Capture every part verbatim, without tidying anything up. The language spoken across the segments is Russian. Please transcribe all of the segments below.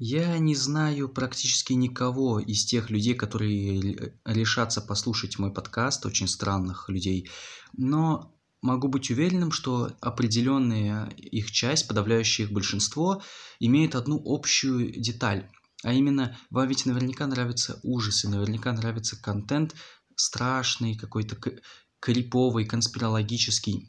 Я не знаю практически никого из тех людей, которые ре- решатся послушать мой подкаст, очень странных людей, но могу быть уверенным, что определенная их часть, подавляющее их большинство, имеет одну общую деталь. А именно, вам ведь наверняка нравятся ужасы, наверняка нравится контент страшный, какой-то к- криповый, конспирологический.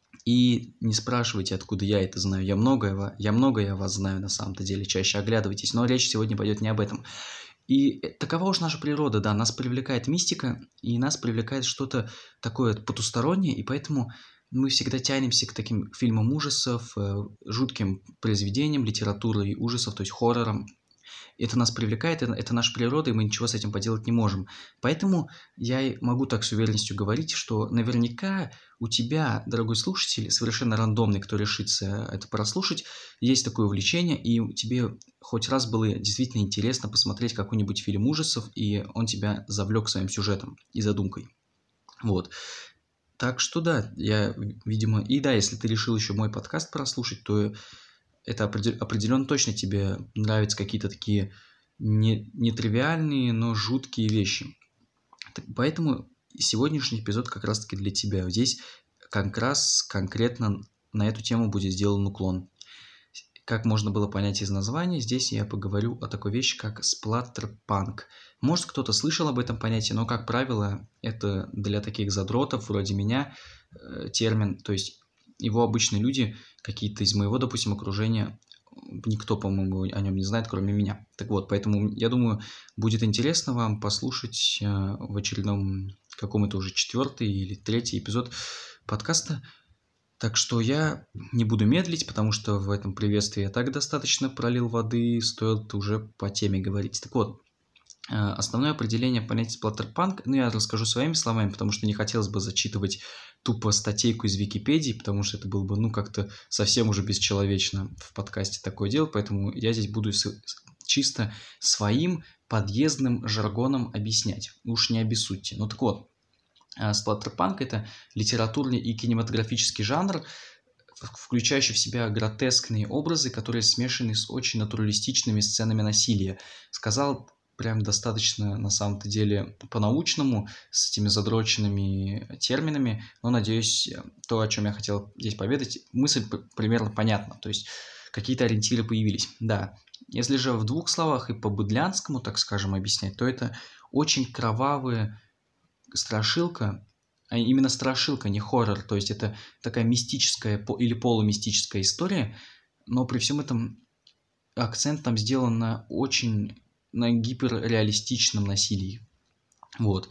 И не спрашивайте, откуда я это знаю. Я многое, ва- я многое о вас знаю на самом-то деле, чаще оглядывайтесь. Но речь сегодня пойдет не об этом. И э, такова уж наша природа, да, нас привлекает мистика, и нас привлекает что-то такое потустороннее, и поэтому мы всегда тянемся к таким фильмам ужасов, э, жутким произведениям, литературой ужасов, то есть хоррорам. Это нас привлекает, это, это наша природа, и мы ничего с этим поделать не можем. Поэтому я и могу так с уверенностью говорить, что наверняка у тебя, дорогой слушатель, совершенно рандомный, кто решится это прослушать, есть такое увлечение, и тебе хоть раз было действительно интересно посмотреть какой-нибудь фильм ужасов, и он тебя завлек своим сюжетом и задумкой. Вот. Так что да, я, видимо, и да, если ты решил еще мой подкаст прослушать, то это определенно точно тебе нравятся какие-то такие не, нетривиальные, но жуткие вещи. Поэтому сегодняшний эпизод как раз-таки для тебя. Здесь как раз конкретно на эту тему будет сделан уклон. Как можно было понять из названия, здесь я поговорю о такой вещи, как сплаттерпанк. Может, кто-то слышал об этом понятии, но, как правило, это для таких задротов, вроде меня, э, термин, то есть его обычные люди, какие-то из моего, допустим, окружения, никто, по-моему, о нем не знает, кроме меня. Так вот, поэтому, я думаю, будет интересно вам послушать э, в очередном каком-то уже четвертый или третий эпизод подкаста. Так что я не буду медлить, потому что в этом приветствии я так достаточно пролил воды, стоит уже по теме говорить. Так вот, э, основное определение понятия сплаттерпанк, ну, я расскажу своими словами, потому что не хотелось бы зачитывать тупо статейку из Википедии, потому что это было бы, ну, как-то совсем уже бесчеловечно в подкасте такое делать, поэтому я здесь буду с- чисто своим подъездным жаргоном объяснять. Уж не обессудьте. Ну, так вот, э, сплаттерпанк – это литературный и кинематографический жанр, включающий в себя гротескные образы, которые смешаны с очень натуралистичными сценами насилия. Сказал прям достаточно, на самом-то деле, по-научному, с этими задроченными терминами, но, надеюсь, то, о чем я хотел здесь поведать, мысль примерно понятна, то есть какие-то ориентиры появились. Да, если же в двух словах и по-быдлянскому, так скажем, объяснять, то это очень кровавые страшилка, а именно страшилка, не хоррор, то есть это такая мистическая или полумистическая история, но при всем этом акцент там сделан на очень на гиперреалистичном насилии. Вот.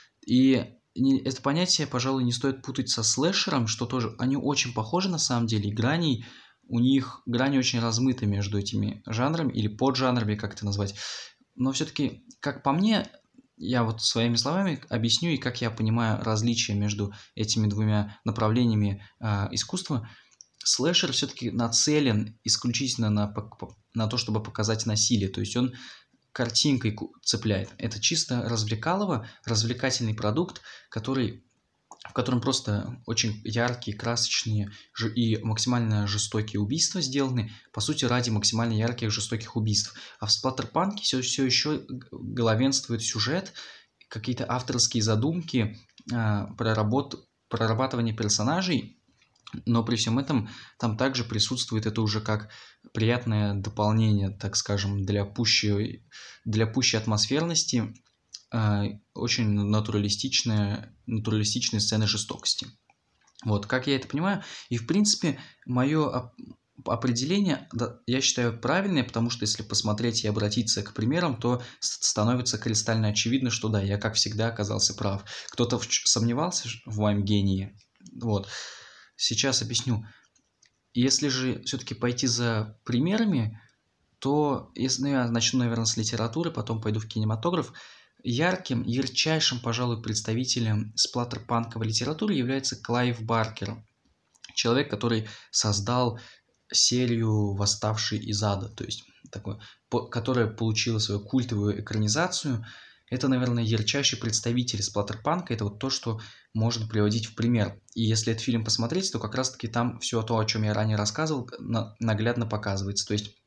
И не, это понятие, пожалуй, не стоит путать со слэшером, что тоже они очень похожи на самом деле, и граней у них грани очень размыты между этими жанрами или поджанрами, как это назвать. Но все-таки, как по мне, я вот своими словами объясню, и как я понимаю различия между этими двумя направлениями а, искусства. Слэшер все-таки нацелен исключительно на, на то, чтобы показать насилие. То есть он картинкой цепляет. Это чисто развлекалово, развлекательный продукт, который в котором просто очень яркие, красочные и максимально жестокие убийства сделаны, по сути, ради максимально ярких, жестоких убийств. А в сплаттерпанке все, все еще главенствует сюжет, какие-то авторские задумки, проработ, прорабатывание персонажей, но при всем этом там также присутствует это уже как приятное дополнение, так скажем, для пущей, для пущей атмосферности, очень натуралистичные, натуралистичные сцены жестокости. Вот, как я это понимаю. И, в принципе, мое определение, я считаю, правильное, потому что если посмотреть и обратиться к примерам, то становится кристально очевидно, что да, я, как всегда, оказался прав. Кто-то сомневался в моем гении. Вот. Сейчас объясню. Если же все-таки пойти за примерами, то, если, ну, я начну, наверное, с литературы, потом пойду в кинематограф. Ярким, ярчайшим, пожалуй, представителем сплаттерпанковой литературы является Клайв Баркер. Человек, который создал серию «Восставший из ада», то есть такой, по, которая получила свою культовую экранизацию. Это, наверное, ярчайший представитель сплаттерпанка. Это вот то, что можно приводить в пример. И если этот фильм посмотреть, то как раз-таки там все то, о чем я ранее рассказывал, на, наглядно показывается. То есть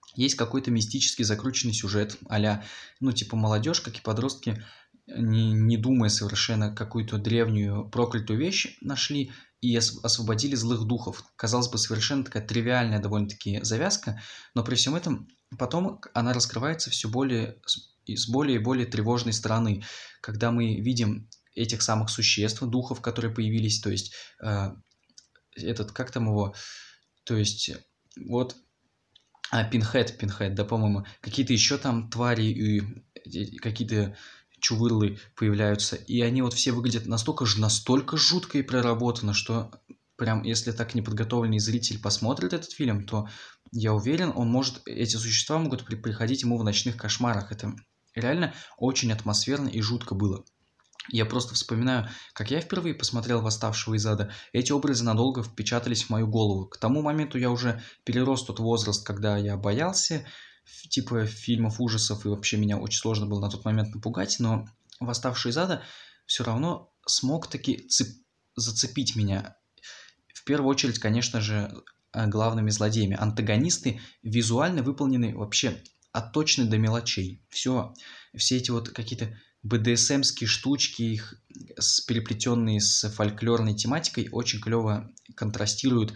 есть какой-то мистически закрученный сюжет а-ля, ну, типа молодежь, как и подростки, не, не думая совершенно, какую-то древнюю проклятую вещь нашли и ос- освободили злых духов. Казалось бы, совершенно такая тривиальная довольно-таки завязка, но при всем этом потом она раскрывается все более с и с более и более тревожной стороны, когда мы видим этих самых существ, духов, которые появились, то есть э, этот, как там его, то есть вот а, Пинхед, Пинхед, да, по-моему. Какие-то еще там твари и и какие-то чувырлы появляются. И они вот все выглядят настолько же, настолько жутко и проработано, что прям если так неподготовленный зритель посмотрит этот фильм, то я уверен, он может, эти существа могут при- приходить ему в ночных кошмарах. Это реально очень атмосферно и жутко было. Я просто вспоминаю, как я впервые посмотрел «Восставшего из ада». Эти образы надолго впечатались в мою голову. К тому моменту я уже перерос тот возраст, когда я боялся ф- типа фильмов ужасов, и вообще меня очень сложно было на тот момент напугать, но «Восставший из ада» все равно смог таки цеп- зацепить меня. В первую очередь, конечно же, э, главными злодеями. Антагонисты визуально выполнены вообще отточены до мелочей. Все, все эти вот какие-то бэ дэ эс эмские штучки, их с, переплетенные с фольклорной тематикой, очень клево контрастируют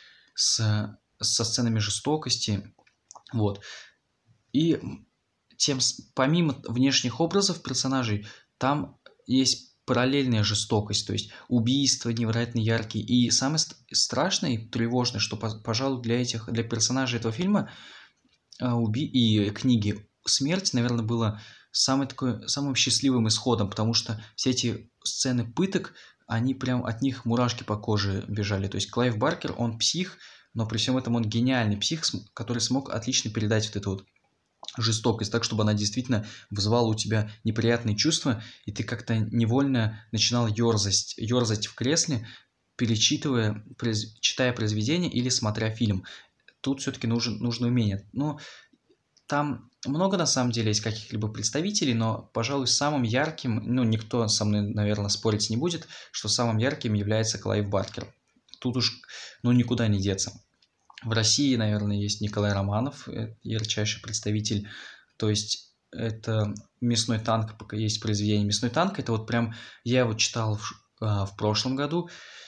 с, со сценами жестокости. Вот. И тем, помимо внешних образов персонажей, там есть параллельная жестокость, то есть убийства невероятно яркие. И самое страшное и тревожное, что, пожалуй, для этих, для персонажей этого фильма а, уби... и книги смерть, наверное, была самый такой, самым счастливым исходом, потому что все эти сцены пыток, они прям от них мурашки по коже бежали. То есть Клайв Баркер, он псих, но при всем этом он гениальный псих, который смог отлично передать вот эту вот жестокость, так, чтобы она действительно вызывала у тебя неприятные чувства, и ты как-то невольно начинал ерзать, ерзать в кресле, перечитывая, произ... читая произведение или смотря фильм. Тут все-таки нужен, нужно умение. Но там много на самом деле есть каких-либо представителей, но, пожалуй, самым ярким, ну, никто со мной, наверное, спорить не будет, что самым ярким является Клайв Баркер. Тут уж, ну, никуда не деться. В России, наверное, есть Николай Романов, э, ярчайший представитель. То есть это «Мясной танк», пока есть произведение «Мясной танк». Это вот прям, я его читал в, а, в прошлом году,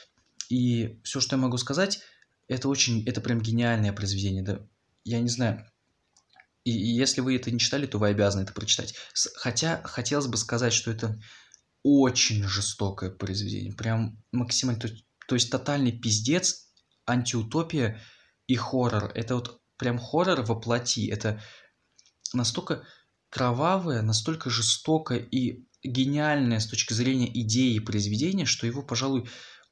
и все, что я могу сказать, это очень, это прям гениальное произведение. Да, я не знаю, и, и если вы это не читали, то вы обязаны это прочитать. С- хотя хотелось бы сказать, что это очень жестокое произведение, прям максимально, то, есть- то есть тотальный пиздец, антиутопия и хоррор. Это вот прям хоррор во плоти. Это настолько кровавое, настолько жестокое и гениальное с точки зрения идеи произведения, что его, пожалуй,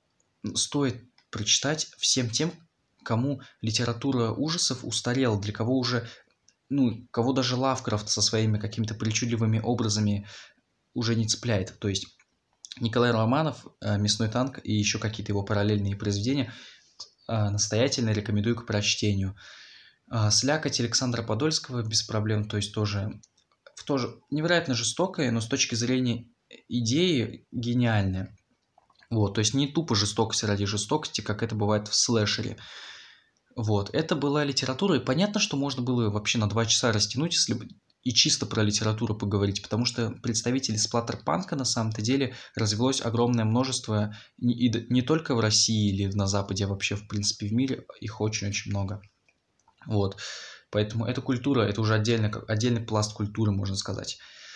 стоит прочитать всем тем, кому литература ужасов устарела, для кого уже, ну, кого даже Лавкрафт со своими какими-то причудливыми образами уже не цепляет. То есть Николай Романов, э, «Мясной танк» и еще какие-то его параллельные произведения э, настоятельно рекомендую к прочтению. А, «Слякоть» Александра Подольского без проблем, то есть тоже, в тоже невероятно жестокое, но с точки зрения идеи гениальное. Вот, то есть не тупо жестокость ради жестокости, как это бывает в слэшере. Вот, это была литература, и понятно, что можно было вообще на два часа растянуть, если бы и чисто про литературу поговорить, потому что представителей сплаттерпанка на самом-то деле развелось огромное множество, и и д- не только в России или на Западе, а вообще, в принципе, в мире их очень-очень много. Вот, поэтому эта культура, это уже отдельно, как- отдельный пласт культуры, можно сказать.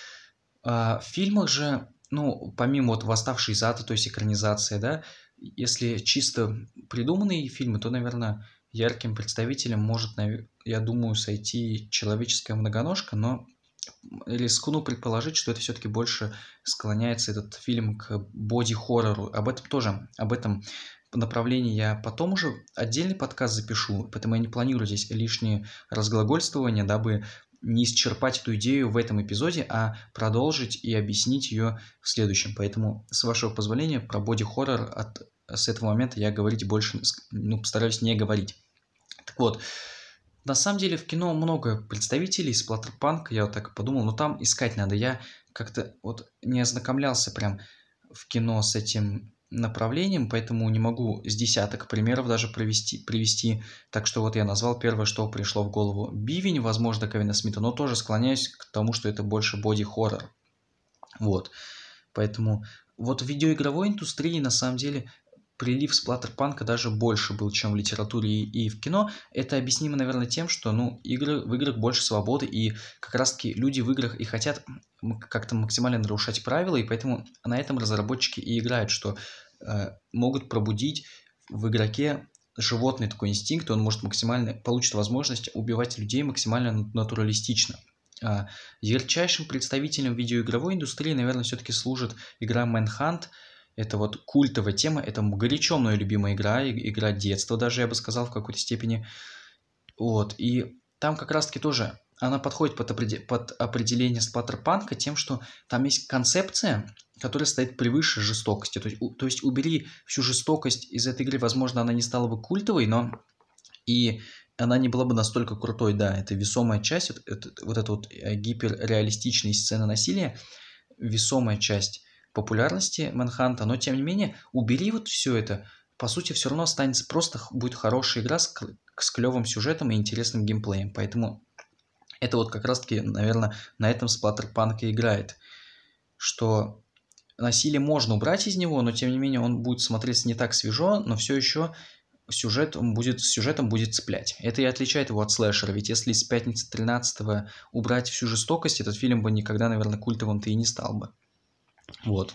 А, в фильмах же, ну, помимо вот «Восставший из ада», то есть экранизация, да, если чисто придуманные фильмы, то, наверное, ярким представителем может, наве- я думаю, сойти «Человеческая многоножка», но рискну предположить, что это все-таки больше склоняется этот фильм к боди-хоррору. Об этом тоже, об этом направлении я потом уже отдельный подкаст запишу, поэтому я не планирую здесь лишние разглагольствования, дабы не исчерпать эту идею в этом эпизоде, а продолжить и объяснить ее в следующем. Поэтому, с вашего позволения, про боди-хоррор от, с этого момента я говорить больше, ну, постараюсь не говорить. Так вот, на самом деле в кино много представителей сплаттерпанка, я вот так подумал, но там искать надо. Я как-то вот не ознакомлялся прям в кино с этим, направлениям, поэтому не могу с десяток примеров даже привести, привести. Так что вот я назвал первое, что пришло в голову. Бивень, возможно, Кевина Смита, но тоже склоняюсь к тому, что это больше боди-хоррор. Вот. Поэтому вот в видеоигровой индустрии на самом деле прилив сплаттерпанка даже больше был, чем в литературе и в кино. Это объяснимо, наверное, тем, что ну, игры, в играх больше свободы, и как раз-таки люди в играх и хотят как-то максимально нарушать правила, и поэтому на этом разработчики и играют, что э, могут пробудить в игроке животный такой инстинкт, он может максимально, получит возможность убивать людей максимально натуралистично. А ярчайшим представителем видеоигровой индустрии, наверное, все-таки служит игра Manhunt. Это вот культовая тема, это горячо моя любимая игра, игра детства даже, я бы сказал, в какой-то степени. Вот, и там как раз-таки тоже она подходит под, определ... под определение сплаттерпанка тем, что там есть концепция, которая стоит превыше жестокости. То есть, у... то есть убери всю жестокость из этой игры, возможно, она не стала бы культовой, но и она не была бы настолько крутой, да, это весомая часть, вот, это, вот эта вот гиперреалистичная сцена насилия, весомая часть популярности Манханта, но тем не менее, убери вот все это, по сути, все равно останется просто будет хорошая игра с, с клевым сюжетом и интересным геймплеем. Поэтому это вот как раз-таки, наверное, на этом сплаттерпанк и играет, что насилие можно убрать из него, но тем не менее он будет смотреться не так свежо, но все еще сюжет он будет, с сюжетом будет цеплять. Это и отличает его от слэшера, ведь если с пятницы тринадцатого убрать всю жестокость, этот фильм бы никогда, наверное, культовым-то и не стал бы. Вот.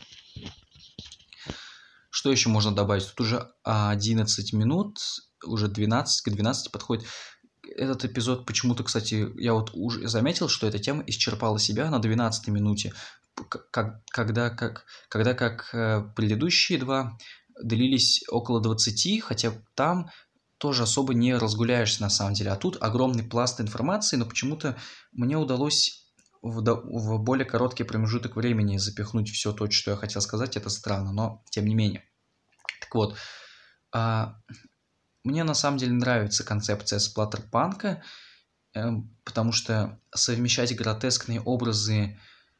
Что еще можно добавить? Тут уже одиннадцать минут, уже двенадцать, к двенадцати подходит. Этот эпизод почему-то, кстати, я вот уже заметил, что эта тема исчерпала себя на двенадцатой минуте, как, когда, как, когда как предыдущие два длились около двадцати, хотя там тоже особо не разгуляешься на самом деле. А тут огромный пласт информации, но почему-то мне удалось в, в более короткий промежуток времени запихнуть все то, что я хотел сказать. Это странно, но тем не менее. Так вот, а, мне на самом деле нравится концепция сплаттерпанка, э, потому что совмещать гротескные образы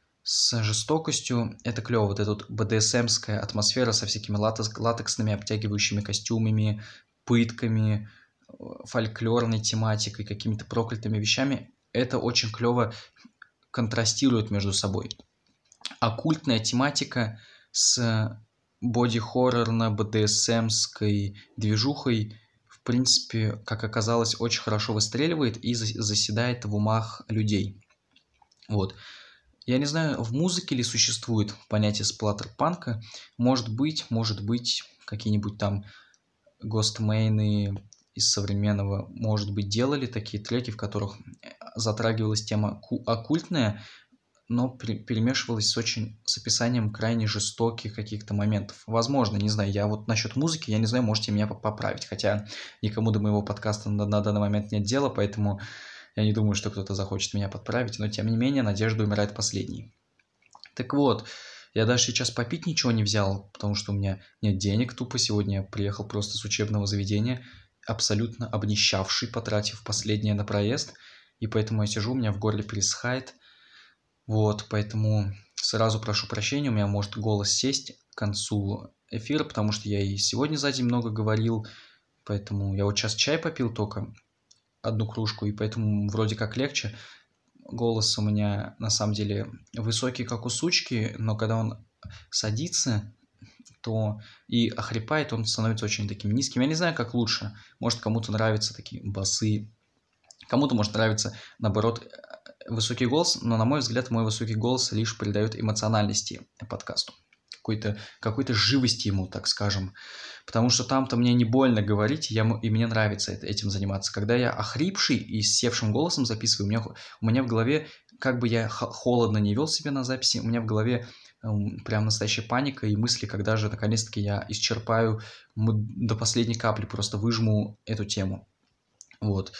с жестокостью – это клево. Вот эта вот бэ дэ эс эм-ская атмосфера со всякими латекс, латексными обтягивающими костюмами, пытками, фольклорной тематикой, какими-то проклятыми вещами – это очень клево контрастирует между собой. Оккультная тематика с боди-хоррорно-бэ дэ эс эм-ской движухой, в принципе, как оказалось, очень хорошо выстреливает и заседает в умах людей. Вот. Я не знаю, в музыке ли существует понятие сплаттерпанка. Может быть, может быть, какие-нибудь там гостмейны из современного, может быть, делали такие треки, в которых затрагивалась тема оккультная, но перемешивалась с очень с описанием крайне жестоких каких-то моментов. Возможно, не знаю, я вот насчет музыки, я не знаю, можете меня поправить, хотя никому до моего подкаста на, на данный момент нет дела, поэтому я не думаю, что кто-то захочет меня подправить, но тем не менее, надежда умирает последней. Так вот, я даже сейчас попить ничего не взял, потому что у меня нет денег тупо. Сегодня я приехал просто с учебного заведения, абсолютно обнищавший, потратив последнее на проезд, и поэтому я сижу, у меня в горле пересыхает. Вот, поэтому сразу прошу прощения, у меня может голос сесть к концу эфира, потому что я и сегодня за день много говорил, поэтому я вот сейчас чай попил только, одну кружку, и поэтому вроде как легче. Голос у меня на самом деле высокий, как у сучки, но когда он садится, то и охрипает, он становится очень таким низким. Я не знаю, как лучше. Может, кому-то нравятся такие басы, кому-то может нравиться, наоборот, высокий голос, но, на мой взгляд, мой высокий голос лишь придает эмоциональности подкасту. Какой-то, какой-то живости ему, так скажем. Потому что там-то мне не больно говорить, я, и мне нравится это, этим заниматься. Когда я охрипший и с севшим голосом записываю, у меня, у меня в голове, как бы я холодно не вел себя на записи, у меня в голове прям настоящая паника и мысли, когда же наконец-таки я исчерпаю до последней капли, просто выжму эту тему. Вот.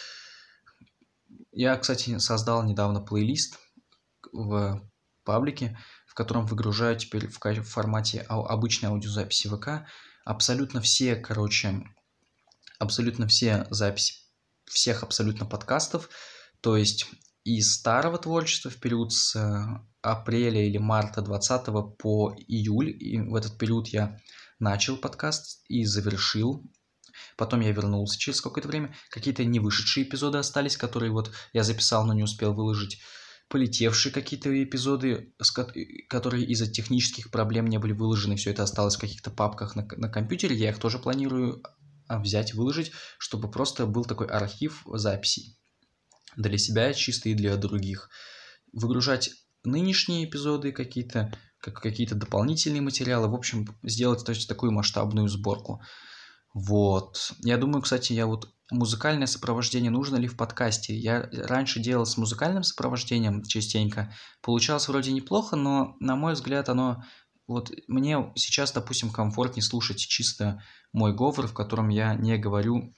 Я, кстати, создал недавно плейлист в паблике, в котором выгружаю теперь в формате обычной аудиозаписи ВК абсолютно все, короче, абсолютно все записи всех абсолютно подкастов, то есть из старого творчества в период с апреля или марта двадцатого по июль, и в этот период я начал подкаст и завершил. Потом я вернулся через какое-то время. Какие-то не вышедшие эпизоды остались, которые вот я записал, но не успел выложить. Полетевшие какие-то эпизоды, которые из-за технических проблем не были выложены. Все это осталось в каких-то папках на, на компьютере. Я их тоже планирую взять, выложить, чтобы просто был такой архив записей. Для себя чисто и для других. Выгружать нынешние эпизоды какие-то, как какие-то дополнительные материалы. В общем, сделать то есть, такую масштабную сборку. Вот. Я думаю, кстати, я вот музыкальное сопровождение нужно ли в подкасте? Я раньше делал с музыкальным сопровождением частенько. Получалось вроде неплохо, но, на мой взгляд, оно... Вот мне сейчас, допустим, комфортнее слушать чисто мой говор, в котором я не говорю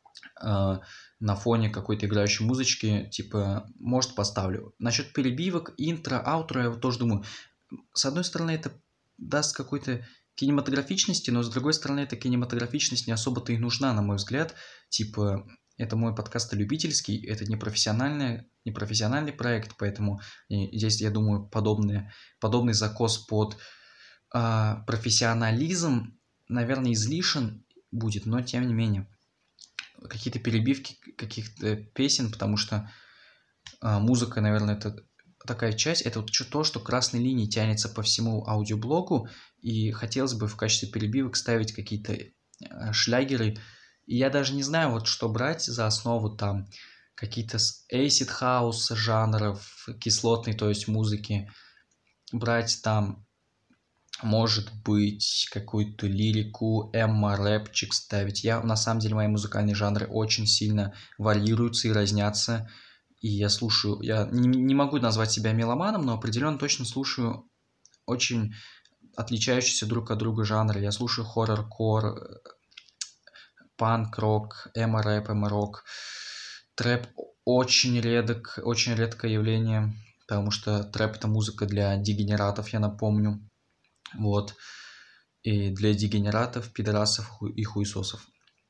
э, на фоне какой-то играющей музычки, типа, может, поставлю. Насчет перебивок, интро, аутро, я вот тоже думаю, с одной стороны, это даст какой-то кинематографичности, но с другой стороны, эта кинематографичность не особо-то и нужна, на мой взгляд. Типа, это мой подкаст любительский, это не профессиональный, не профессиональный проект, поэтому здесь, я думаю, подобный, подобный закос под э, профессионализм, наверное, излишен будет, но тем не менее. Какие-то перебивки каких-то песен, потому что э, музыка, наверное, это такая часть, это вот то, что красной линией тянется по всему аудиоблогу, и хотелось бы в качестве перебивок ставить какие-то э, шлягеры. И я даже не знаю, вот что брать за основу там, какие-то acid house жанров, кислотной, то есть музыки, брать там, может быть, какую-то лирику, эмо-рэпчик ставить. Я, на самом деле, мои музыкальные жанры очень сильно варьируются и разнятся. И я слушаю, я не, не могу назвать себя меломаном, но определенно точно слушаю очень отличающиеся друг от друга жанры. Я слушаю хоррор-кор, панк-рок, эмо-рэп, эмо-рок. Трэп очень редок, очень редкое явление, потому что трэп — это музыка для дегенератов, я напомню. Вот. И для дегенератов, пидорасов и хуесосов.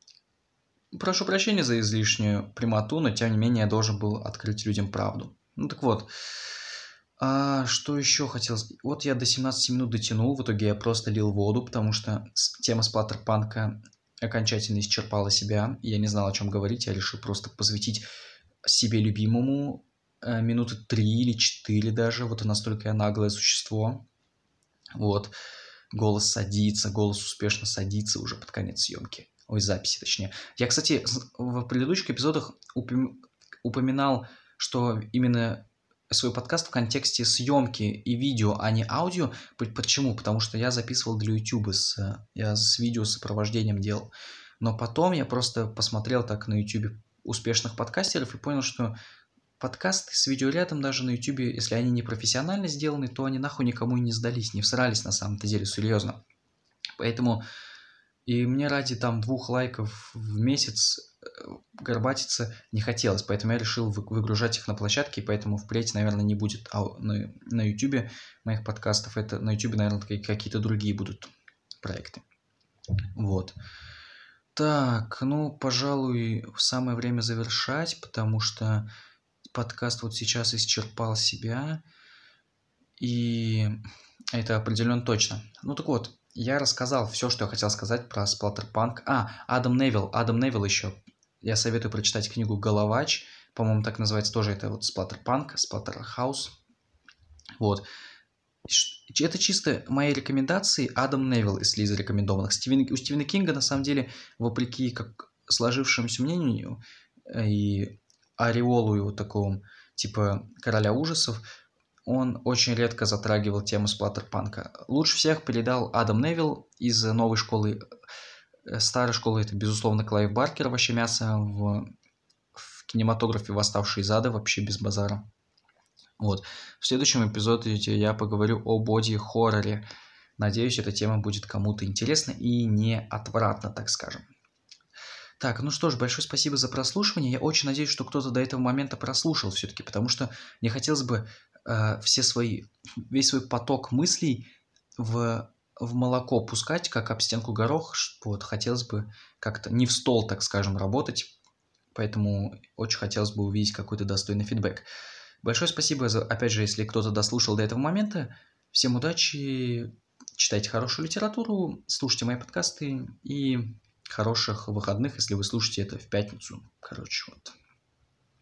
Прошу прощения за излишнюю прямоту, но тем не менее я должен был открыть людям правду. Ну так вот, а что еще хотелось? Вот я до семнадцати минут дотянул, в итоге я просто лил воду, потому что тема сплаттер-панка окончательно исчерпала себя, и я не знал, о чем говорить, я решил просто посвятить себе любимому э, минуты три или четыре даже, вот настолько я наглое существо. Вот, голос садится, голос успешно садится уже под конец съемки. Ой, записи, точнее. Я, кстати, в предыдущих эпизодах упом... упоминал, что именно свой подкаст в контексте съемки и видео, а не аудио. Почему? Потому что я записывал для YouTube, с... я с видео сопровождением делал. Но потом я просто посмотрел так на YouTube успешных подкастеров и понял, что подкасты с видеорядом даже на YouTube, если они не профессионально сделаны, то они нахуй никому и не сдались, не всрались на самом-то деле, серьезно. Поэтому и мне ради там двух лайков в месяц горбатиться не хотелось, поэтому я решил выгружать их на площадке, и поэтому впредь, наверное, не будет на, на YouTube моих подкастов, это на YouTube, наверное, какие-то другие будут проекты. Вот. Так, ну, пожалуй, самое время завершать, потому что подкаст вот сейчас исчерпал себя, и это определенно точно. Ну так вот, я рассказал все, что я хотел сказать про сплаттерпанк. А, Адам Невилл, Адам Невилл еще. Я советую прочитать книгу «Головач», по-моему, так называется тоже, это вот сплаттерпанк, сплаттерхаус. Вот. Это чисто мои рекомендации. Адам Невилл из из рекомендованных. Стивен, у Стивена Кинга, на самом деле, вопреки как сложившемуся мнению и ореолу его такому, типа короля ужасов, он очень редко затрагивал тему сплаттерпанка. Лучше всех передал Адам Невилл из новой школы. Старой школы — это, безусловно, Клайв Баркер, вообще мясо в, в кинематографе «Восставшие из ада», вообще без базара. Вот. В следующем эпизоде я поговорю о боди-хорроре. Надеюсь, эта тема будет кому-то интересна и не отвратна, так скажем. Так, ну что ж, большое спасибо за прослушивание. Я очень надеюсь, что кто-то до этого момента прослушал все-таки, потому что мне хотелось бы э, все свои, весь свой поток мыслей в, в молоко пускать, как об стенку горох. Вот, хотелось бы как-то не в стол, так скажем, работать, поэтому очень хотелось бы увидеть какой-то достойный фидбэк. Большое спасибо, за, опять же, если кто-то дослушал до этого момента. Всем удачи, читайте хорошую литературу, слушайте мои подкасты и хороших выходных, если вы слушаете это в пятницу. Короче, вот.